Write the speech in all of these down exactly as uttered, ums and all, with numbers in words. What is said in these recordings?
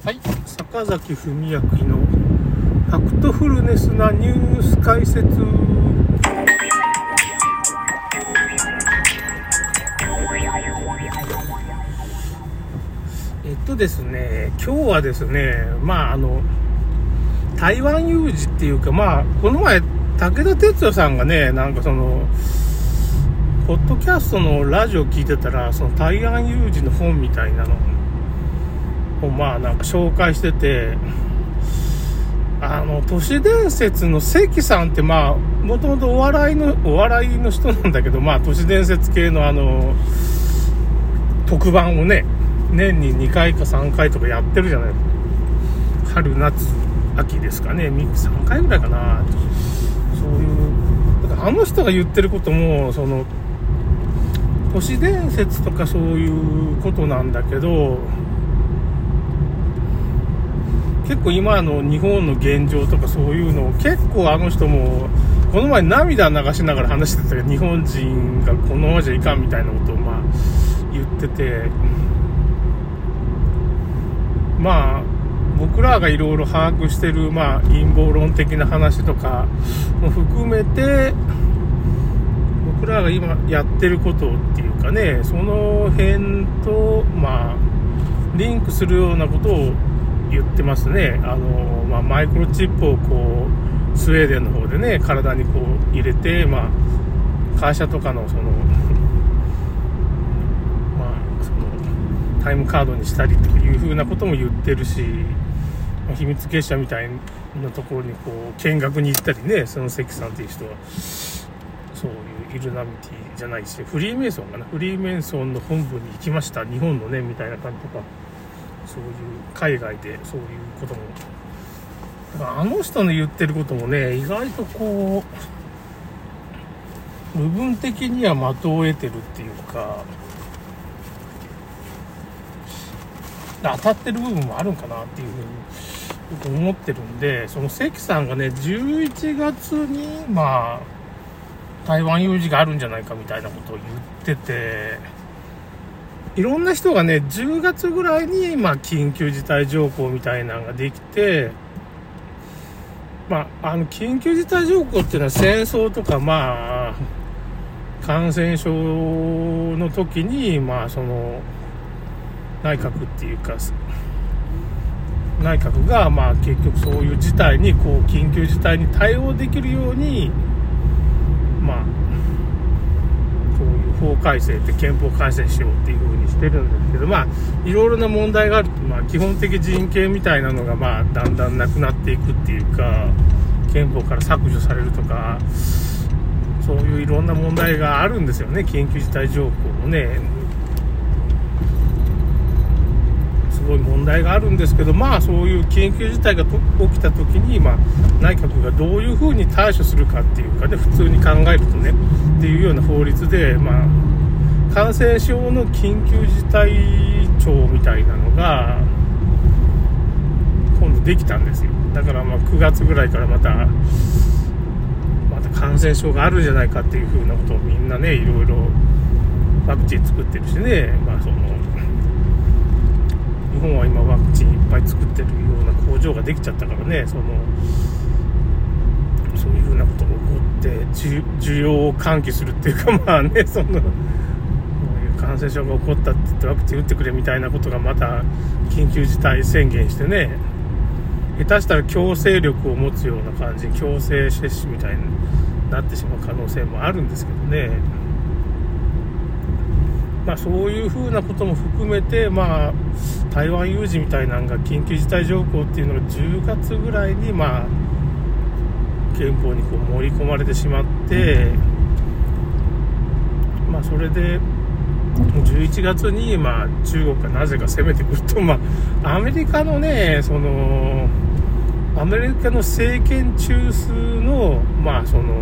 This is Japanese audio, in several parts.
はい、坂崎文明のファクトフルネスなニュース解説。えっとですね、今日はですね、まああの台湾有事っていうか、まあこの前武田鉄矢さんがね、なんかそのポッドキャストのラジオ聞いてたら、その台湾有事の本みたいなのをまあなんか紹介してて、あの都市伝説の関さんってまあもともとお笑いのお笑いの人なんだけど、まあ都市伝説系のあの特番をね年ににかいかさんかいとかやってるじゃないですか。春夏秋ですかね、さんかいぐらいかな。そういうだからあの人が言ってることもその都市伝説とかそういうことなんだけど、結構今の日本の現状とかそういうのを結構あの人もこの前涙流しながら話してたけど、日本人がこのままじゃいかんみたいなことをまあ言ってて、まあ僕らがいろいろ把握してるまあ陰謀論的な話とかも含めて、僕らが今やってることっていうかね、その辺とまあリンクするようなことを言ってますね。あの、まあ、マイクロチップをこうスウェーデンの方でね体にこう入れて、まあ、会社とかのその、まあ、そのタイムカードにしたりというふうなことも言ってるし、まあ、秘密結社みたいなところにこう見学に行ったりね、その関さんという人はそういうイルナミティじゃないし、フリーメイソンかな、フリーメイソンの本部に行きました日本のねみたいな感じとか、そういう海外でそういうことも、だからあの人の言ってることもね意外とこう部分的には的を得てるっていうか、当たってる部分もあるんかなっていうふうに僕思ってるんで、その関さんがねじゅういちがつにまあ台湾有事があるんじゃないかみたいなことを言ってて、いろんな人がねじゅうがつぐらいにまあ緊急事態条項みたいなのができて、まああの緊急事態条項っていうのは戦争とかまあ感染症の時にまあその内閣っていうか内閣がまあ結局そういう事態にこう緊急事態に対応できるようにまあ法改正って憲法改正しようっていう風にしてるんですけど、まあいろいろな問題があると、まあ基本的人権みたいなのがまあだんだんなくなっていくっていうか、憲法から削除されるとか、そういういろんな問題があるんですよね。緊急事態条項もねすごい問題があるんですけど、まあそういう緊急事態が起きた時にまあ内閣がどういう風に対処するかっていうかね、普通に考えるとねっていうような法律で、まあ感染症の緊急事態庁みたいなのが今度できたんですよ。だからまあくがつぐらいからまたまた感染症があるんじゃないかっていう風なことをみんなねいろいろワクチン作ってるしね、まあその日本は今ワクチンいっぱい作ってるような工場ができちゃったからね、そのそういうふうなことが起こって需要を喚起するっていうか、まあねそのこういう感染症が起こったって言ってワクチン打ってくれみたいなことがまた緊急事態宣言してね、下手したら強制力を持つような感じ、強制接種みたいになってしまう可能性もあるんですけどね。まあ、そういうふうなことも含めて、まあ、台湾有事みたいなのが緊急事態条項っていうのがじゅうがつぐらいに、まあ、憲法にこう盛り込まれてしまって、まあ、それでじゅういちがつに、まあ、中国がなぜか攻めてくると、まあ、アメリカのねそのアメリカの政権中枢のまあその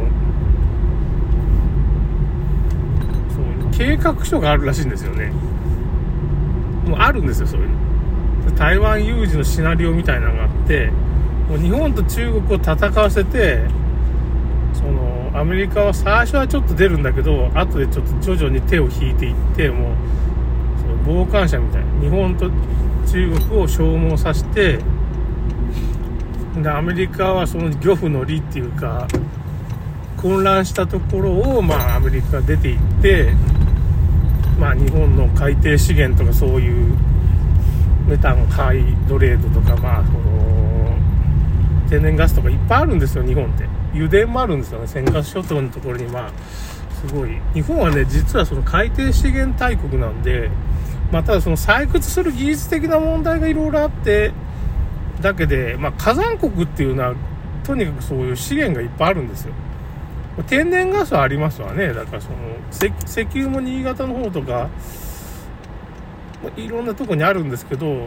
計画書があるらしいんですよね。もうあるんですよ、そういうの。台湾有事のシナリオみたいなのがあって、もう日本と中国を戦わせて、そのアメリカは最初はちょっと出るんだけど、後でちょっと徐々に手を引いていって、もうその傍観者みたいな、日本と中国を消耗させて、でアメリカはその漁夫の利っていうか混乱したところを、まあ、アメリカが出ていって、まあ、日本の海底資源とかそういうメタンハイドレードとか、まあ、その天然ガスとかいっぱいあるんですよ日本って。油田もあるんですよね。尖閣諸島のところに、まあすごい日本はね実はその海底資源大国なんで、まあ、ただその採掘する技術的な問題がいろいろあってだけで、まあ、火山国っていうのはとにかくそういう資源がいっぱいあるんですよ。天然ガスはありますわね。だからその 石, 石油も新潟の方とかいろんなとこにあるんですけど、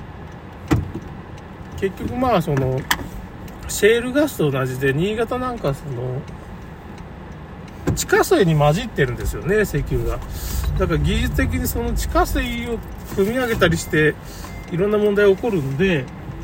結局まあそのシェールガスと同じで新潟なんかその地下水に混じってるんですよね石油が。だから技術的にその地下水を組み上げたりしていろんな問題が起こるんで、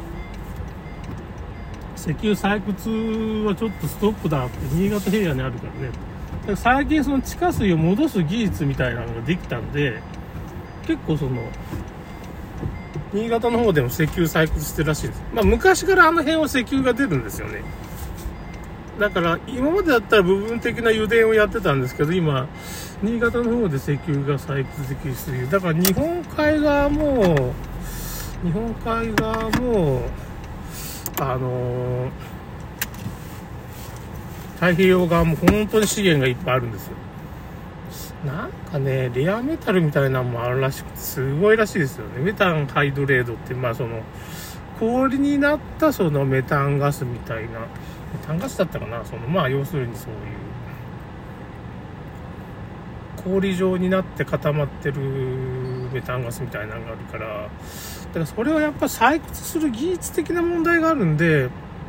石油採掘はちょっとストップだって新潟平野にあるからね。だから最近その地下水を戻す技術みたいなのができたんで、結構その新潟の方でも石油採掘してるらしいです。まあ昔からあの辺は石油が出るんですよね。だから今までだったら部分的な油田をやってたんですけど、今新潟の方で石油が採掘できる水だから日本海側も日本海側もあのー、太平洋側も本当に資源がいっぱいあるんですよ。なんかねレアメタルみたいなのもあるらしくてすごいらしいですよね。メタンハイドレードってまあその氷になったそのメタンガスみたいな、メタンガスだったかな、そのまあ要するにそういう氷状になって固まってるメタンガスみたいなのがあるから、だからそれはやっぱ採掘する技術的な問題があるんで、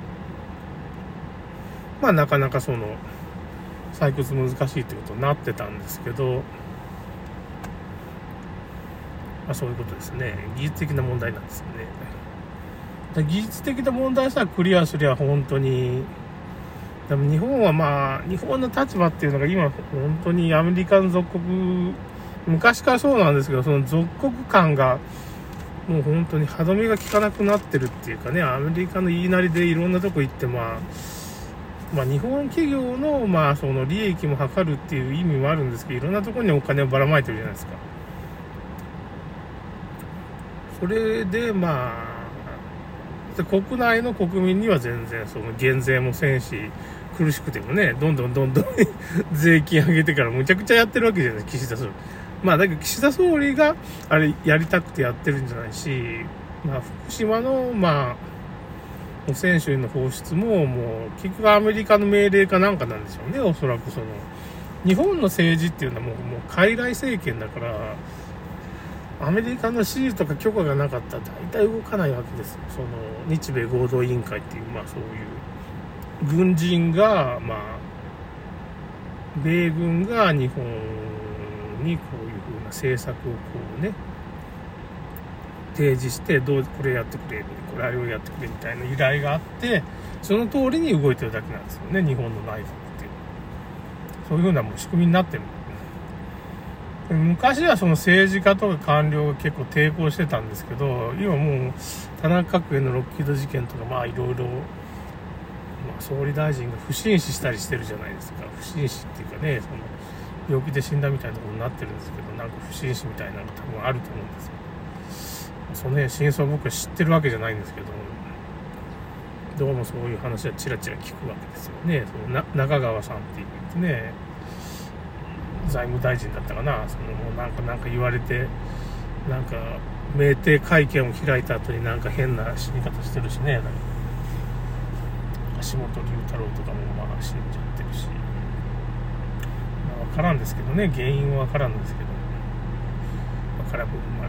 まあなかなかその採掘難しいってことになってたんですけど、まあそういうことですね。技術的な問題なんですよね。技術的な問題さえクリアすりゃ本当に、でも日本はまあ日本の立場っていうのが今本当にアメリカの属国、昔からそうなんですけど、その属国感がもう本当に歯止めが効かなくなってるっていうかね、アメリカの言いなりでいろんなとこ行ってまあまあ日本企業のまあその利益も図るっていう意味もあるんですけど、いろんなところにお金をばらまいてるじゃないですか。それでまあ国内の国民には全然その減税もせんし、苦しくてもねどんどんどんどん税金上げてからむちゃくちゃやってるわけじゃない岸田総理。まあだけど岸田総理があれやりたくてやってるんじゃないし、まあ福島のまあ汚染水の放出ももう結局アメリカの命令かなんかなんでしょうね。おそらくその日本の政治っていうのはもう、もう傀儡政権だから、アメリカの指示とか許可がなかったら大体動かないわけですよ。その日米合同委員会っていうまあそういう軍人がまあ米軍が日本にこういう風な政策をこうね提示して、どうこれやってくれ、これあれをやってくれみたいな依頼があって、その通りに動いてるだけなんですよね日本の内閣っていう。そういう風なもう仕組みになってる。昔はその政治家とか官僚が結構抵抗してたんですけど、今もう田中角栄のロッキード事件とかまあいろいろ総理大臣が不審死したりしてるじゃないですか。不審死っていうかね、その病気で死んだみたいなことになってるんですけど、なんか不審死みたいなのが多分あると思うんですよ。その辺真相僕は知ってるわけじゃないんですけど、どうもそういう話はチラチラ聞くわけですよね。そのな中川さんっていうね財務大臣だったかな、そのもうなんかなんか言われて、なんか酩酊会見を開いた後になんか変な死に方してるしね、なんか橋本龍太郎とかもまあ死んじゃってるし、まあ、分からんですけどね、原因は分からんですけど、分からん部分もある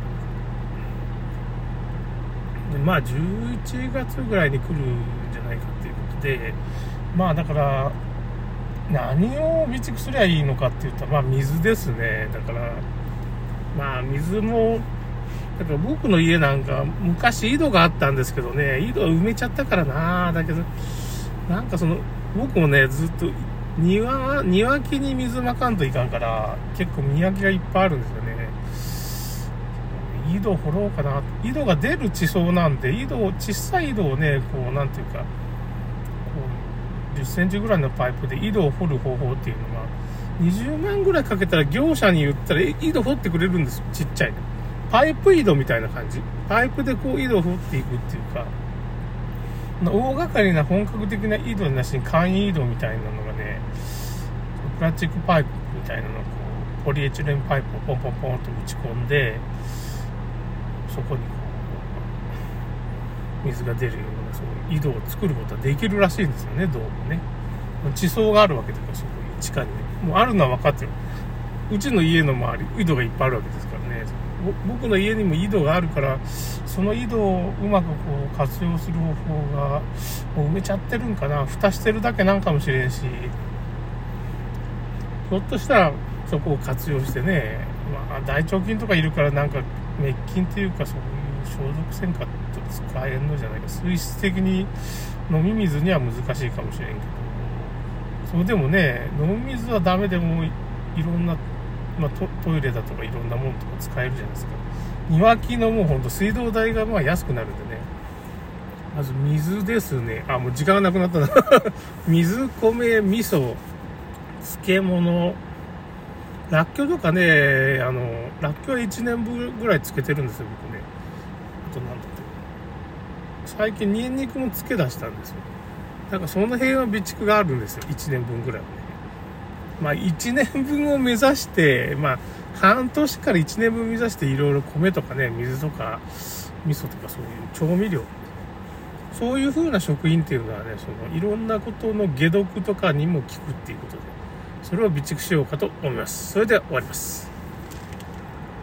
で、まあじゅういちがつぐらいに来るんじゃないかっていうことで、まあだから何を備蓄すりゃいいのかって言ったら、まあ水ですね。だからまあ水も、だから僕の家なんか昔井戸があったんですけどね、井戸は埋めちゃったからな。だけどなんかその僕もねずっと庭庭木に水まかんといかんから、結構庭木がいっぱいあるんですよね。 井戸掘ろうかな。井戸が出る地層なんで、井戸、小さい井戸をね、こう、なんていうか、こう、じゅっセンチぐらいのパイプで井戸を掘る方法っていうのが、にじゅうまんぐらいかけたら業者に言ったら、井戸掘ってくれるんですよ。ちっちゃいの。パイプ井戸みたいな感じ。パイプでこう井戸を掘っていくっていうか、大掛かりな本格的な井戸なしに簡易井戸みたいなのがね、プラスチックパイプみたいなのをこうポリエチレンパイプをポンポンポンと打ち込んで、そこにこう水が出るようなそう井戸を作ることはできるらしいんですよね。どうもね、地層があるわけだから、そういう地下にね、もうあるのは分かってる。うちの家の周り井戸がいっぱいあるわけですからね。僕の家にも井戸があるから、その井戸をうまくこう活用する方法がもう埋めちゃってるんかな。蓋してるだけなんかもしれんし、ひょっとしたらそこを活用してね、まあ、大腸菌とかいるからなんか滅菌っていうか、そういう消毒せんかと使えんのじゃないか。水質的に飲み水には難しいかもしれんけど、それでもね、飲み水はダメでもいろんな、まあ、ト, トイレだとかいろんなものとか使えるじゃないですか。庭木のもうほんと水道代がまあ安くなるんでね。まず水ですね。あ、もう時間がなくなったな水、米、味噌、漬物、らっきょうとかね、あのらっきょうはいちねんぶんぐらい漬けてるんですよ、僕ね。あとなんだって最近ニンニクも漬け出したんですよ。だからその辺は備蓄があるんですよ、いちねんぶんぐらいはね。まあいちねんぶんを目指して、まあ半年からいちねんぶん目指していろいろ米とかね、水とか味噌とかそういう調味料、そういう風な食品っていうのはね、そのいろんなことの解毒とかにも効くっていうことで、それを備蓄しようかと思います。それでは終わります。